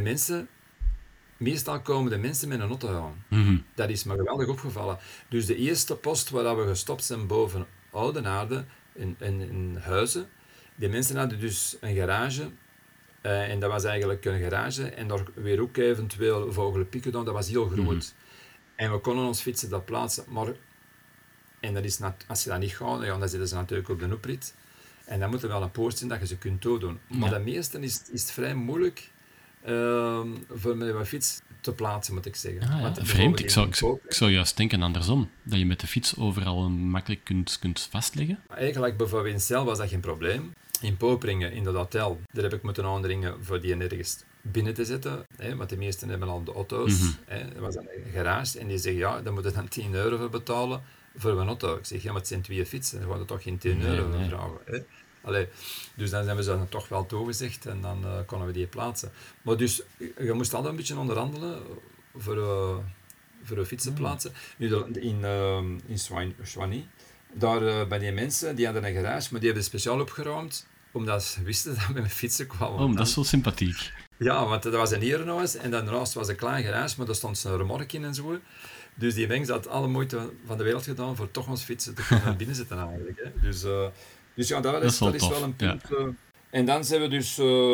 Speaker 2: Meestal komen de mensen met een auto aan.
Speaker 1: Mhm.
Speaker 2: Dat is me geweldig opgevallen. Dus de eerste post waar we gestopt zijn boven Oudenaarde, in Huizen, die mensen hadden dus een garage. En dat was eigenlijk een garage. En daar weer ook eventueel vogelpieken dan. Dat was heel groot. En we konden ons fietsen dat plaatsen. Maar, en dat is als je dat niet gaat, ja, dan zitten ze natuurlijk op de oprit. En dan moet er wel een poort zijn dat je ze kunt toedoen. Maar de meeste is het vrij moeilijk voor met je fiets te plaatsen, moet ik zeggen.
Speaker 1: Ah, ja.
Speaker 2: Want
Speaker 1: Vreemd. Ik
Speaker 2: bijvoorbeeld
Speaker 1: zou juist denken andersom. Dat je met de fiets overal makkelijk kunt vastleggen.
Speaker 2: eigenlijk bijvoorbeeld in Cel was dat geen probleem. In Poperingen, in dat hotel, daar heb ik moeten aandringen voor die nergens binnen te zetten. Hè, want de meesten hebben al de auto's. Hè, er was een garage en die zeggen, ja, daar moet je dan 10 euro voor betalen voor een auto. Ik zeg, ja, maar het zijn 2 fietsen, daar gaan we toch geen 10 euro voor vragen. Hè. Allee, dus dan zijn we ze toch wel toegezegd en dan konden we die plaatsen. Maar dus, je moest altijd een beetje onderhandelen voor een fietsen plaatsen. Nu, in Soigny, daar bij die mensen, die hadden een garage, maar die hebben speciaal opgeruimd, omdat ze wisten dat we met fietsen kwamen.
Speaker 1: Oh, dat is zo sympathiek.
Speaker 2: Ja, want dat was een herenhuis en daarnaast was een klein garage, maar daar stond een remork in en zo. Dus die mens had alle moeite van de wereld gedaan voor toch ons fietsen te kunnen binnenzetten eigenlijk. Hè. Dus ja, dat is wel een punt. Ja. En dan zijn we dus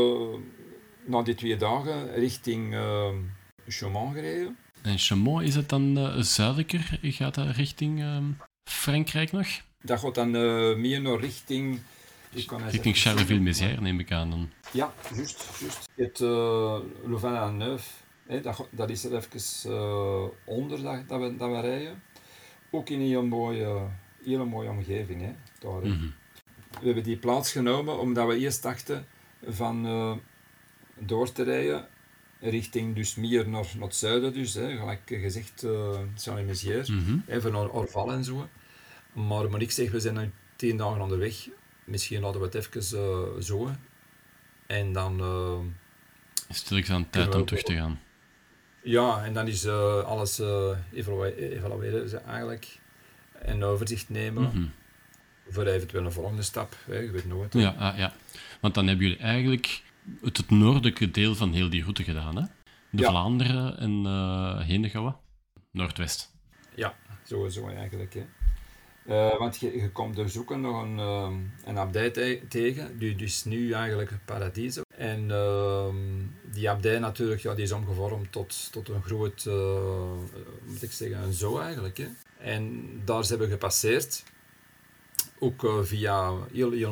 Speaker 2: na die 2 dagen richting Chaumont gereden.
Speaker 1: En Chaumont, is het dan zuidelijker? Gaat dat richting Frankrijk nog?
Speaker 2: Dat gaat dan meer naar richting...
Speaker 1: Richting Charleville-Mézières neem ik aan dan.
Speaker 2: Ja, juist. Het Louvain-la-Neuve, dat is er even onder dat we rijden. Ook in een hele mooie omgeving. Hè, daar, We hebben die plaats genomen omdat we eerst dachten van door te rijden richting dus meer naar het zuiden, dus, hè, gelijk gezegd Charleville-Mézières, even naar Orval en zo. Maar ik zeg, we zijn nu 10 dagen onderweg. Misschien laten we het even zo. En dan...
Speaker 1: Stel ik aan tijd om terug te gaan.
Speaker 2: Ja, en dan is alles evalueren eigenlijk. En overzicht nemen. Voor eventueel een volgende stap. Hè, je weet nooit.
Speaker 1: Ja. Want dan hebben jullie eigenlijk het noordelijke deel van heel die route gedaan, hè? Vlaanderen en Henegouwen. Noordwest.
Speaker 2: Ja, sowieso eigenlijk. Hè. Want je komt dus ook nog een abdij tegen, die dus nu eigenlijk Paradiso. En die abdij natuurlijk, ja, die is omgevormd tot een groot, moet ik zeggen, een zoo eigenlijk. Hè. En daar zijn we gepasseerd, ook via heel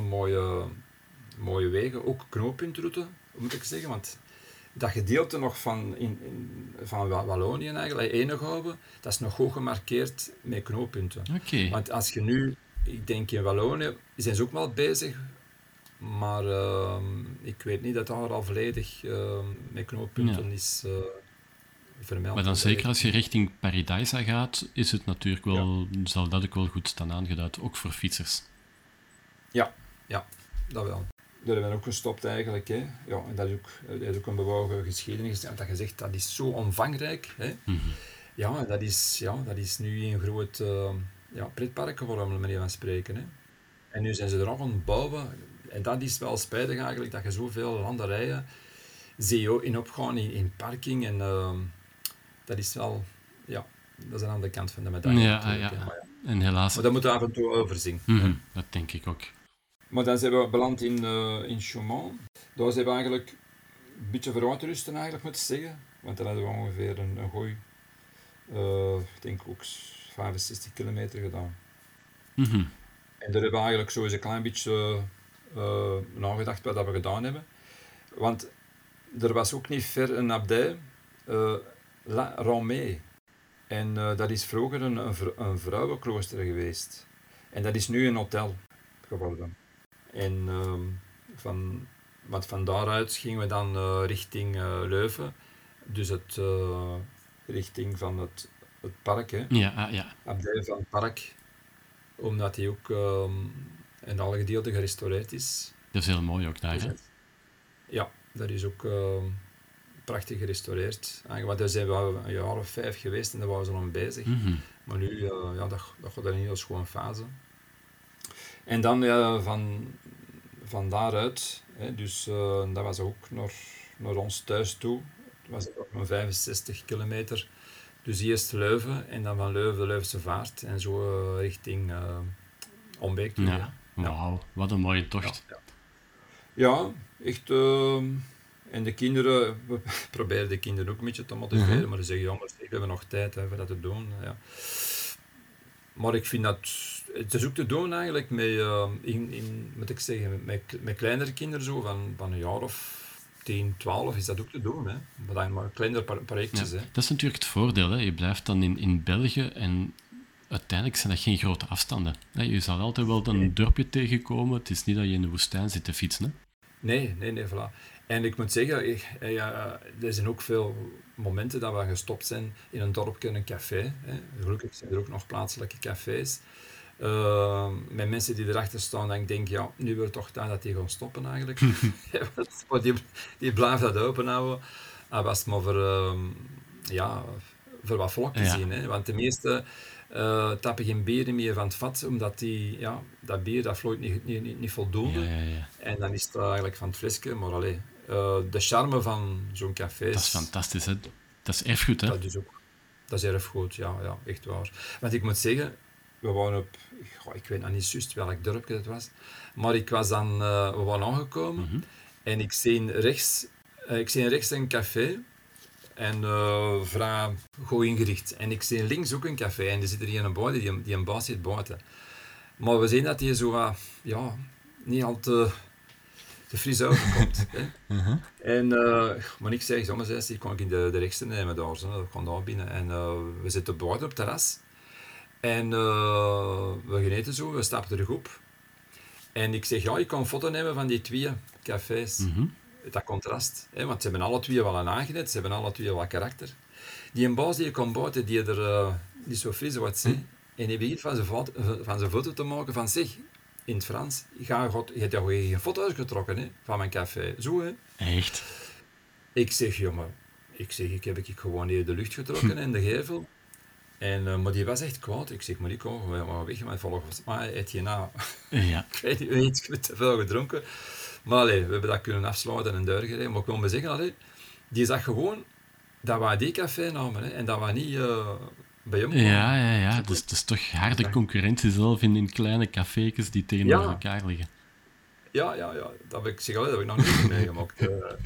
Speaker 2: mooie wegen, ook knooppuntroute, moet ik zeggen, want dat gedeelte nog van Wallonië eigenlijk, Henegouwen, dat is nog goed gemarkeerd met knooppunten.
Speaker 1: Okay.
Speaker 2: Want als je nu, ik denk in Wallonië, zijn ze ook wel bezig, Maar ik weet niet dat daar al volledig met knooppunten is vermeld.
Speaker 1: Maar dan zeker als je richting Paradise gaat, is het natuurlijk wel, zal dat ook wel goed staan aangeduid, ook voor fietsers.
Speaker 2: Ja, dat wel. Daar hebben we ook gestopt eigenlijk. Hè. Ja, en dat is ook een bewogen geschiedenis. Dat je zegt, dat is zo omvangrijk. Hè. Ja, dat is nu een groot pretpark geworden, om de manier van spreken. Hè. En nu zijn ze er nog aan het bouwen. En dat is wel spijtig eigenlijk, dat je zoveel landerijen zie je in opgaan in parking. En dat is wel, dat is aan de kant van de medaille.
Speaker 1: Ja. En helaas.
Speaker 2: Maar dat moet er af en toe overzien.
Speaker 1: Dat denk ik ook.
Speaker 2: Maar dan zijn we beland in Chaumont. Daar zijn we eigenlijk een beetje veruitrusten eigenlijk, moet ik zeggen. Want dan hadden we ongeveer een gooi, ik denk ook 65 kilometer gedaan. En daar hebben we eigenlijk zo eens een klein beetje nagedacht wat we gedaan hebben. Want er was ook niet ver een abdij, La Ramée. En dat is vroeger een vrouwenklooster geweest. En dat is nu een hotel geworden. En van daaruit gingen we dan richting Leuven. Dus richting van het park. Hè.
Speaker 1: Ja.
Speaker 2: Abdij van het park. Omdat die ook in alle gedeelten gerestaureerd is.
Speaker 1: Dat is heel mooi ook daar, hè?
Speaker 2: Ja, dat is ook prachtig gerestaureerd. Want daar zijn we al een jaar of 5 geweest en daar waren ze nog bezig. Maar nu, dat gaat een heel schoon fase. En dan van daaruit, hè, dus dat was ook naar ons thuis toe. Het was ook nog 65 kilometer. Dus eerst Leuven en dan van Leuven de Leuvense Vaart en zo richting Ombeek toe.
Speaker 1: Ja. Wauw, wat een mooie tocht.
Speaker 2: Ja, echt. En de kinderen, we proberen de kinderen ook een beetje te motiveren, maar ze zeggen, jongens, we hebben nog tijd voor dat te doen. Ja. Maar ik vind dat, het is ook te doen eigenlijk moet ik zeggen, met kleinere kinderen zo, van een jaar of 10, 12 is dat ook te doen. Hè. Maar dan maar kleinere projectjes.
Speaker 1: Ja,
Speaker 2: hè.
Speaker 1: dat is natuurlijk het voordeel. Hè. Je blijft dan in België en uiteindelijk zijn dat geen grote afstanden. Je zal altijd wel een dorpje tegenkomen. Het is niet dat je in de woestijn zit te fietsen. Hè.
Speaker 2: Nee, voilà. En ik moet zeggen, er zijn ook veel momenten dat we gestopt zijn in een dorpje, een café. Hè. Gelukkig zijn er ook nog plaatselijke cafés. Met mensen die erachter staan, en ik denk, ja, nu wordt het toch tijd dat die gaan stoppen eigenlijk. Maar die blijven dat open houden. En was het maar voor wat volk te zien. Hè. Want de meeste tappen geen bier meer van het vat, omdat dat bier dat vloeit niet voldoende.
Speaker 1: Ja.
Speaker 2: En dan is het eigenlijk van het flesje, maar allee, de charme van zo'n café
Speaker 1: Dat is fantastisch, hè? Dat is erfgoed, hè?
Speaker 2: Dat is erfgoed, ja, echt waar. Want ik moet zeggen, we waren ik weet nog niet juist welk dorpje het was, maar we waren aangekomen en ik zie rechts een café en vrij goed ingericht. En ik zie links ook een café en er zit hier een buiten, die een baas zit buiten. Maar we zien dat hij zo, niet al te fris uitkomt. En, maar ik zeg, soms ik kan ik in de rechtste nemen daar, we gaan daar binnen. En we zitten buiten op het terras. En we genieten zo, we stappen terug op. En ik zeg, ik kan een foto nemen van die 2 cafés. Dat contrast. Want ze hebben alle 2 wel een aangenet, ze hebben alle 2 wel karakter. Die een baas die komt buiten, die er niet zo fris wat zegt. En die begint van zijn foto te maken van zich. In het Frans, je hebt toch geen foto uitgetrokken hè, van mijn café. Zo, hè.
Speaker 1: Echt?
Speaker 2: Ik zeg, jongen, ik heb gewoon hier de lucht getrokken en de gevel. En, maar die was echt kwaad. Ik zeg, maar ik kom maar weg, maar volgens mij eet je na.
Speaker 1: Ja.
Speaker 2: Ik weet niet, ik heb te veel gedronken. Maar allee, we hebben dat kunnen afsluiten en doorgereden. Maar ik wil maar zeggen, die zag gewoon dat wij die café namen hè, en dat wij niet bij hem kwamen.
Speaker 1: Ja. Dus het is toch harde concurrentie zelf in kleine café's die tegenover elkaar liggen.
Speaker 2: Ja. Dat heb ik nog niet meegemaakt.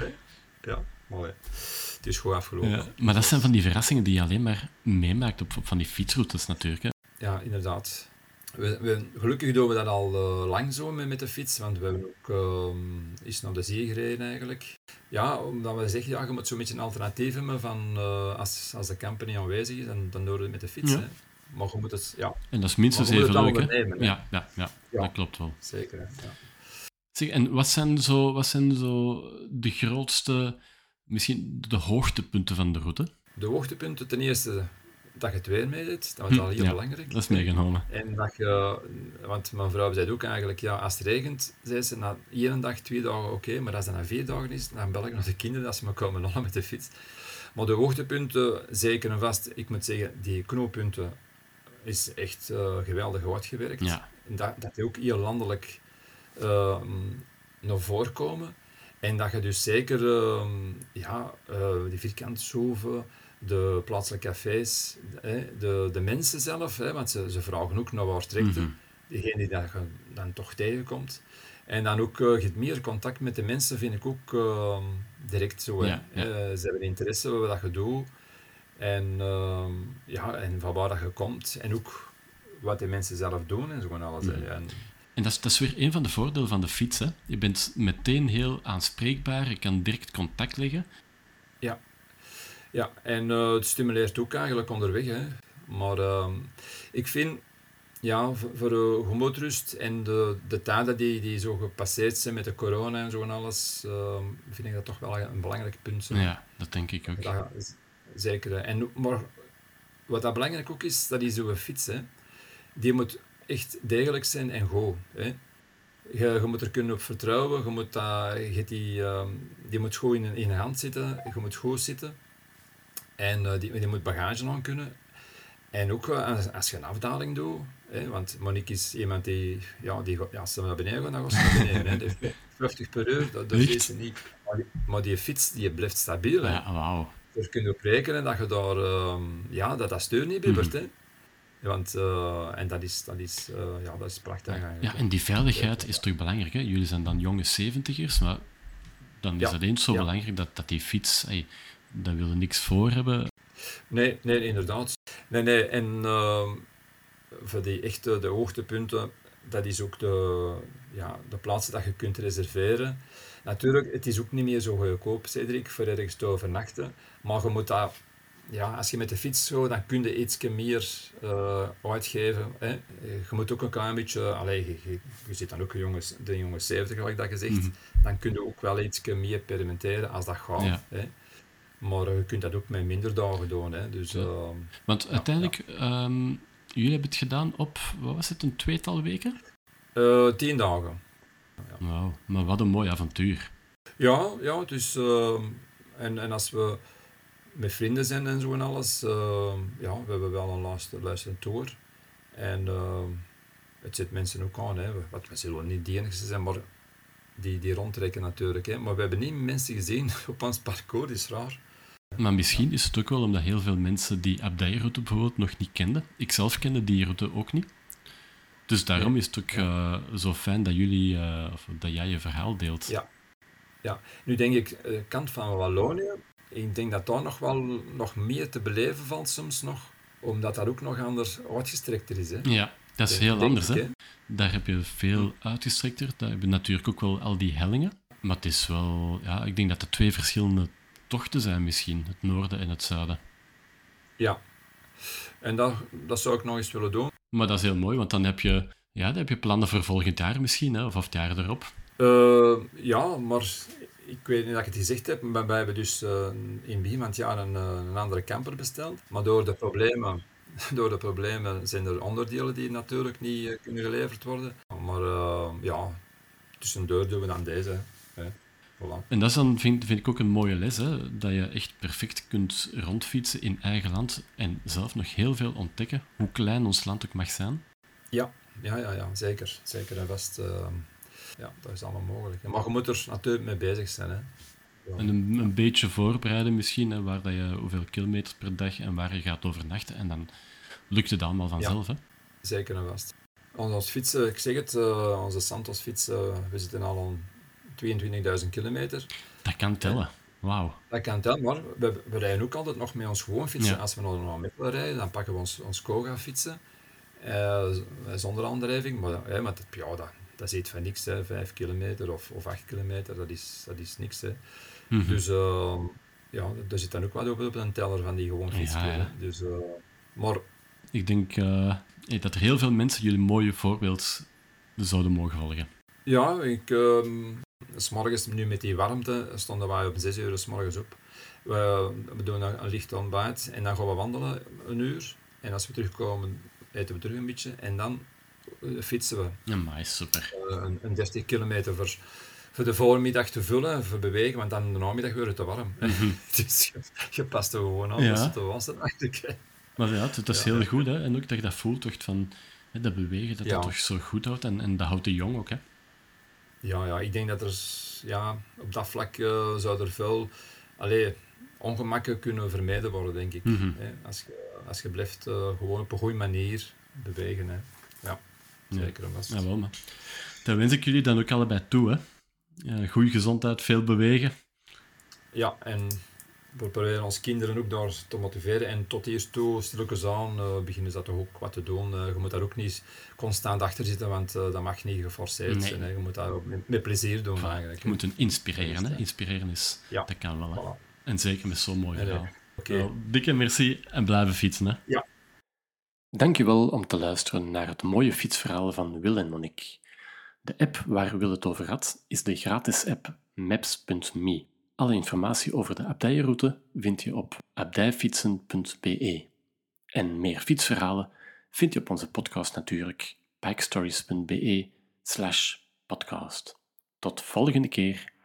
Speaker 2: Ja, mooi. Het is gewoon afgelopen.
Speaker 1: Ja, maar dat zijn van die verrassingen die je alleen maar meemaakt op van die fietsroutes natuurlijk. Hè.
Speaker 2: Ja, inderdaad. Gelukkig doen we dat al lang zo met de fiets, want we hebben ook eens naar de zee gereden eigenlijk. Ja, omdat we zeggen, je moet zo'n beetje een alternatief hebben van als de camper niet aanwezig is, dan doen we het met de fiets.
Speaker 1: Ja.
Speaker 2: Hè. Maar je moet het,
Speaker 1: En dat is minstens even leuk, hè?
Speaker 2: Nemen,
Speaker 1: ja, dat klopt wel.
Speaker 2: Zeker, hè. Ja.
Speaker 1: Zeg, en wat zijn zo de grootste, misschien de hoogtepunten van de route?
Speaker 2: De hoogtepunten, ten eerste dat je het weer meedoet, dat is al heel
Speaker 1: Ja,
Speaker 2: belangrijk.
Speaker 1: dat is meegenomen.
Speaker 2: En dat je, want mijn vrouw zei ook eigenlijk, ja, als het regent, zei ze, na 1 dag, 2 dagen oké, maar als het na 4 dagen is, dan bel ik naar de kinderen dat ze me komen halen met de fiets. Maar de hoogtepunten, zeker en vast, ik moet zeggen, die knooppunten is echt geweldig uitgewerkt.
Speaker 1: Ja.
Speaker 2: En dat die ook heel landelijk uh, naar voren komen. En dat je dus zeker die vierkantsoeven, de plaatselijke cafés, de mensen zelf, want ze vragen ook naar waar trekt het. Degene die dat je dan toch tegenkomt. En dan ook je hebt meer contact met de mensen, vind ik ook direct zo.
Speaker 1: Ja, ja.
Speaker 2: Ze hebben interesse in wat je doet. En, en van waar dat je komt. En ook wat de mensen zelf doen en zo en alles.
Speaker 1: En dat is weer een van de voordelen van de fiets. Hè? Je bent meteen heel aanspreekbaar, je kan direct contact leggen.
Speaker 2: Ja, en het stimuleert ook eigenlijk onderweg. Hè. Maar ik vind, ja, voor de gemoedsrust en de tijden die zo gepasseerd zijn met de corona en zo en alles, vind ik dat toch wel een belangrijk punt. Zo.
Speaker 1: Ja, dat denk ik ook.
Speaker 2: Zeker. Maar wat dat belangrijk ook is, dat is zo'n fiets. Hè. Die moet echt degelijk zijn en goed. Hè. Je moet er kunnen op vertrouwen. Die moet goed in je hand zitten. Je moet goed zitten. En die moet bagage aan kunnen. En ook als je een afdaling doet. Hè, want Monique is iemand die als ze naar beneden gaan, dan gaat ze naar beneden. Hè. Die 50 per uur, dat weet ze niet. Maar die fiets, die blijft stabiel. Hè.
Speaker 1: Ja, wauw.
Speaker 2: Daar kun je op rekenen dat je daar, dat stuur niet bibbert. Hè. Want, en dat is prachtig eigenlijk.
Speaker 1: Ja, en die veiligheid is toch belangrijk, hè? Jullie zijn dan jonge 70ers, maar dan is het eens zo belangrijk dat die fiets, daar willen we niks voor hebben.
Speaker 2: Nee, inderdaad. Nee, en voor die echte de hoogtepunten, dat is ook de plaatsen dat je kunt reserveren. Natuurlijk, het is ook niet meer zo goedkoop, Cedric, voor ergens te overnachten, maar je moet dat... Ja, als je met de fiets zo, dan kun je iets meer uitgeven. Hè. Je moet ook een klein beetje... je zit dan ook de jonge 70, gelijk dat je zegt. Dan kun je ook wel iets meer permitteren als dat gaat.
Speaker 1: Ja.
Speaker 2: Hè. Maar je kunt dat ook met minder dagen doen. Hè. Dus,
Speaker 1: want uiteindelijk, jullie hebben het gedaan op, wat was het, een tweetal weken?
Speaker 2: 10 dagen.
Speaker 1: Ja. Wauw, maar wat een mooi avontuur.
Speaker 2: Ja, dus... en als we... met vrienden zijn en zo en alles. We hebben wel een luisterend tour. En het zit mensen ook aan. Hè. We zullen niet de enige zijn, maar die rondtrekken natuurlijk. Hè. Maar we hebben niet mensen gezien op ons parcours, dat is raar.
Speaker 1: Maar misschien is het ook wel omdat heel veel mensen die Abdij-route bijvoorbeeld nog niet kenden. Ik zelf kende die route ook niet. Dus daarom is het ook zo fijn dat jullie, of dat jij je verhaal deelt.
Speaker 2: Ja. Nu denk ik, de kant van Wallonië, ik denk dat daar nog meer te beleven valt soms nog, omdat dat ook nog anders uitgestrekter is. Hè.
Speaker 1: Ja, dat is heel anders. Hè? Daar heb je veel uitgestrekter. Daar heb je natuurlijk ook wel al die hellingen. Maar het is wel... Ja, ik denk dat er 2 verschillende tochten zijn misschien. Het noorden en het zuiden.
Speaker 2: Ja. En dat zou ik nog eens willen doen.
Speaker 1: Maar dat is heel mooi, want dan heb je plannen voor volgend jaar misschien, hè? Of het jaar erop.
Speaker 2: Maar... Ik weet niet dat ik het gezegd heb, maar wij hebben dus in begin van het jaar een andere camper besteld. Maar door de problemen zijn er onderdelen die natuurlijk niet kunnen geleverd worden. Maar tussendoor doen we dan deze. Hè. Voilà.
Speaker 1: En dat is dan, vind ik ook een mooie les, hè? Dat je echt perfect kunt rondfietsen in eigen land en zelf nog heel veel ontdekken, hoe klein ons land ook mag zijn.
Speaker 2: Ja, zeker. Zeker en vast. Ja, dat is allemaal mogelijk. Maar je moet er natuurlijk mee bezig zijn. Hè. Ja.
Speaker 1: En een beetje voorbereiden misschien, hè, waar dat je hoeveel kilometers per dag en waar je gaat overnachten. En dan lukt het allemaal vanzelf. Hè?
Speaker 2: Zeker en vast. Onze fietsen, ik zeg het, onze Santos fietsen, we zitten al aan 22.000 kilometer.
Speaker 1: Dat kan tellen. Wauw.
Speaker 2: Dat kan tellen, maar we rijden ook altijd nog met ons gewoon fietsen. Ja. Als we naar Mechelen rijden, dan pakken we ons Koga fietsen. Zonder aandrijving, maar dat is iets van niks, hè. 5 kilometer of 8 kilometer, dat is niks. Hè. Dus daar zit dan ook wat op een teller van die gewoon fietsen. Ja. Dus, maar...
Speaker 1: Ik denk dat er heel veel mensen jullie mooie voorbeeld zouden mogen volgen.
Speaker 2: Ja, 's morgens nu met die warmte stonden wij om 6 uur 's morgens op. We doen een licht ontbijt en dan gaan we wandelen een uur. En als we terugkomen, eten we terug een beetje en dan fietsen we.
Speaker 1: Amai, super.
Speaker 2: Een 30 kilometer voor de voormiddag te vullen, voor bewegen, want dan in de namiddag wordt het te warm. Dus je past er gewoon aan, dat is te wassen eigenlijk.
Speaker 1: Maar ja, het is heel goed, hè. En ook dat je dat voelt, toch, van dat bewegen, dat
Speaker 2: Ja.
Speaker 1: toch zo goed houdt. En dat houdt de jong ook, hè.
Speaker 2: Ja, ik denk dat op dat vlak zou er veel ongemakken kunnen vermijden worden, denk ik. Hè? Als je blijft gewoon op een goede manier bewegen. Hè? Ja, zeker en vast.
Speaker 1: Jawel, maar dat wens ik jullie dan ook allebei toe, hè. Goede gezondheid, veel bewegen.
Speaker 2: Ja, en we proberen onze kinderen ook daar te motiveren. En tot eerst toe, stilletjes aan, beginnen ze dat toch ook wat te doen. Je moet daar ook niet constant achter zitten, want dat mag niet geforceerd zijn. Hè. Je moet dat ook met plezier doen eigenlijk.
Speaker 1: Je moet hen inspireren, hè. Inspireren is, dat kan wel, hè. Voilà. En zeker met zo'n mooi verhaal.
Speaker 2: Okay.
Speaker 1: Dikke merci en blijven fietsen, hè.
Speaker 2: Ja.
Speaker 1: Dankjewel om te luisteren naar het mooie fietsverhaal van Will en Monique. De app waar Will het over had, is de gratis app maps.me. Alle informatie over de abdijenroute vind je op abdijfietsen.be. En meer fietsverhalen vind je op onze podcast natuurlijk, bikestories.be/podcast. Tot volgende keer.